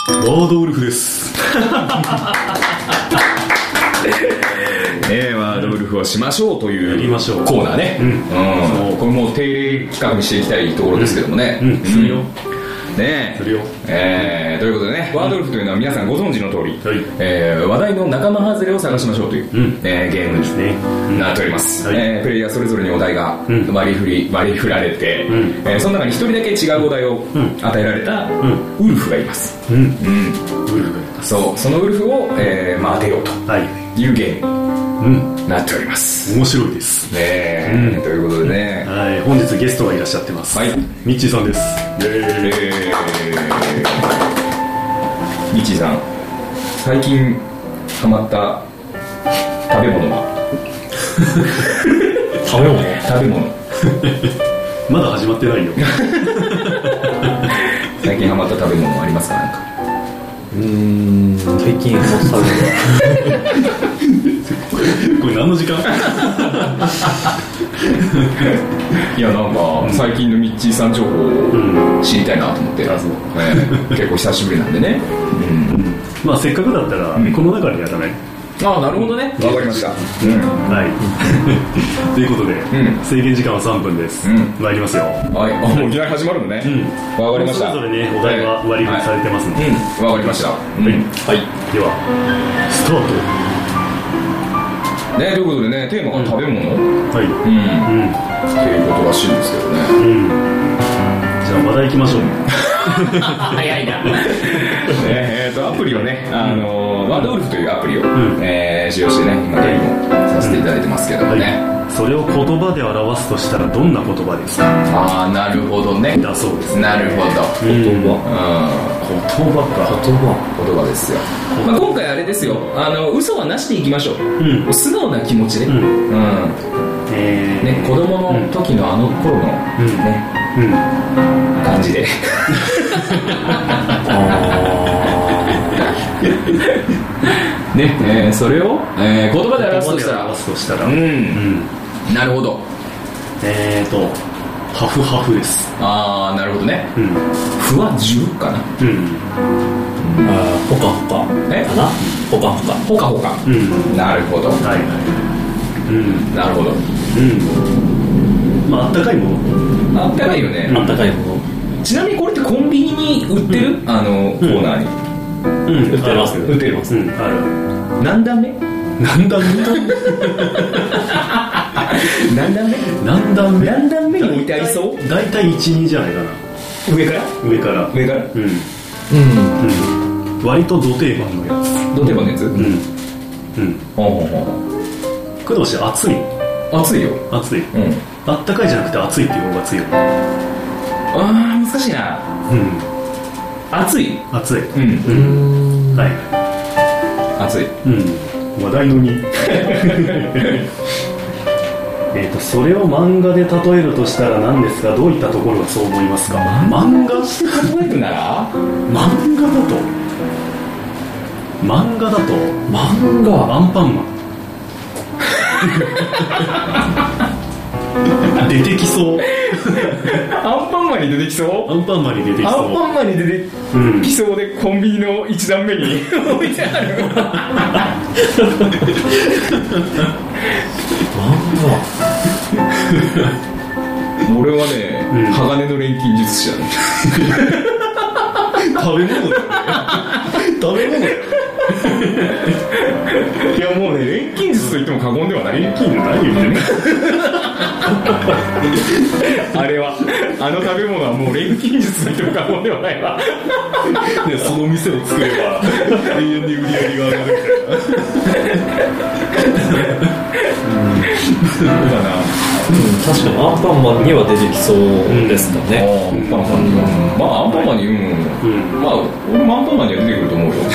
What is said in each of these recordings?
ワードウルフですワードウルフをしましょうというやりましょうコーナーね、これも定例企画にしていきたいところですけどもね、 するよねするよ。 ということでね、ワードウルフというのは皆さんご存知の通り、 はい話題の仲間外れを探しましょうという、ゲームですね。 になっております、 はいプレイヤーそれぞれにお題が割り振られて、その中に一人だけ違うお題を与えられたウルフがいます、 ウルフがいます。 そのウルフを、当てようというゲームになっております、 面白いですね、ということでね、 はい、本日ゲストがいらっしゃってます。 はい、 ミッチーさんです。 ミッチーさん、最近ハマった食べ物は食べ物まだ始まってないよ最近ハマった食べ物ありますか？なんか最近ハマった食べ物これ何の時間いや、なんか最近のミッチーさん情報を知りたいなと思って、結構久しぶりなんでね、 まあせっかくだったらこの中でやらない。 ああ、なるほどね、わかりました、 はいということで、制限時間は3分です、参りますよ。 はい、もういきなり始まるのね、わかりました。 それぞれね、お題は割り振りされてますので、 わかりました。はい、 ではスタート。 ね、ということでね、テーマが食べ物、 はいっていうことらしいんですけどね、 じゃあ話題いきましょう。 早いなアプリをね、ワードウルフというアプリを、使用してね、今ゲームをさせていただいてますけどもね、 それを言葉で表すとしたらどんな言葉ですか？ ああ、なるほどね、 だそうです。 なるほど、 言葉ですよ。まあ、今回あれですよ、嘘はなしでいきましょう、素直な気持ちで、ね、子供の時のあの頃のね、感じでね、それを、言葉で表すとしたら、なるほど、 ハフハフです。 ああ、なるほどね、ふわ10かな、 ほかほかかな、ほかほかほかほか、なるほど、なるほど、 まああったかいもの、 あったかいよね、 あったかいもの。 ちなみにこれってコンビニに売ってる、コーナーに売ってます。 売ってます、 ある。 何段目何段目に置いてありそう？ だいたい 1,2 じゃないかな。 上から割とド定番のやつ。 ド定番のやつ？ 工藤氏熱い。 熱いよ。 熱い。あったかいじゃなくて熱いっていう方が強い。 ああ、難しいな。熱い。はい。熱い。 話題の2。それを漫画で例えるとしたら何ですか？どういったところがそう思いますか？ 漫画して例えるなら？ 漫画だとアンパンマン出てきそう。 アンパンマンに出てきそう？ アンパンマンに出てきそう。 アンパンマンに出てきそうで、コンビニの1段目に置いてある。俺はね、鋼の錬金術師だね。 食べ物だよ。 いや、もうね、錬金術と言っても過言ではない。 錬金の何言ってんの？ あれは、あの食べ物はもう錬金術と言っても過言ではないわ。 で、その店を作れば永遠に売り上げが上がるみたいな。 そうだな。 確かにアンパンマンには出てきそうですかね。 アンパンマンには、まあアンパンマンに、まあ俺もアンパンマンには出てくると思うよ。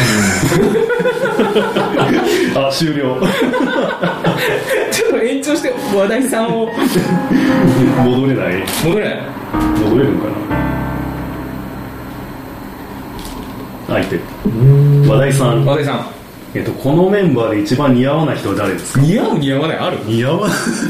あ、終了。 ちょっと延長して話題さんを戻れるんかな。相手話題さん。このメンバーで一番似合わない人は誰ですか？ 似合う似合わないある？似合う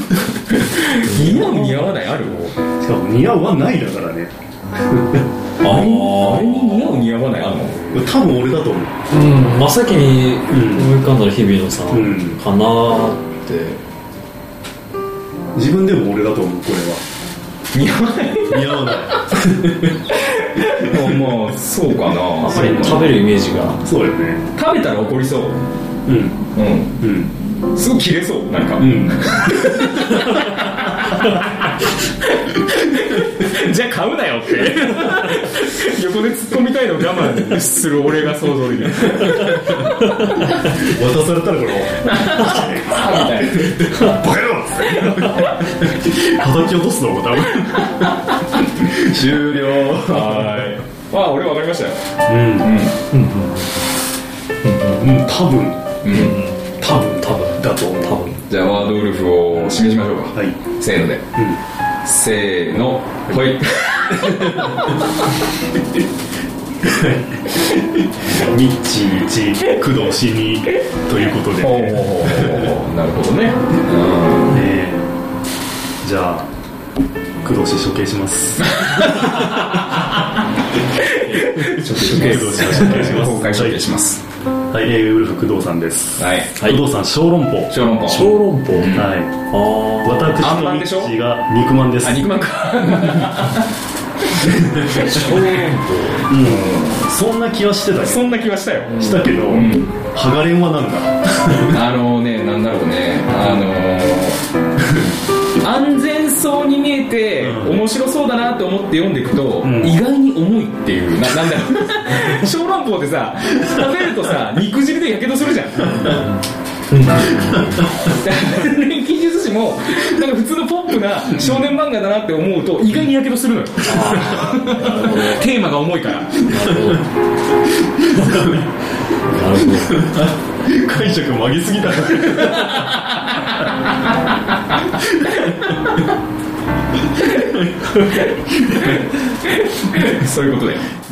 似合わないある？ しかも似合うはないだからね。 あれに似合う似合わないあるの？ 多分俺だと思う。 真っ先に思い浮かんだら日比野さんかなーって、 自分でも俺だと思う。これは似合わない似合わないまあそうかな。 あんまり食べるイメージが。 そうよね。 食べたら怒りそう。すごい切れそうなんか、じゃあ買うなよって横で突っ込みたいのを我慢する俺が想像できる。 渡されたらこれみたいなバカ野郎叩き落とすのも多分終了。 はい、まあ俺分かりましたよ。 多分だと思う。 じゃあワードウルフを示しましょうか。はい、せーので、せーのほいミッチ1工藤死にということで、 なるほどね。 じゃあ工藤死処刑します処刑します。 はい、ウルフ工藤さんです。 はい、 工藤さん小籠包。はい。私とミッチが肉まんです。 肉まんか小籠包。 そんな気はしてたよ。 そんな気はしたよ。 したけど、ハガレンはなんだなんだろうね、安全そうに見えて面白そうだなって思って読んでいくと、意外に重いっていう、なんだろう小籠包ってさ、食べるとさ肉汁でやけどするじゃん錬金術師もなんか普通のポップな少年漫画だなって思うと意外にやけどするのよテーマが重いから。なるほど解釈曲げすぎたそういうことで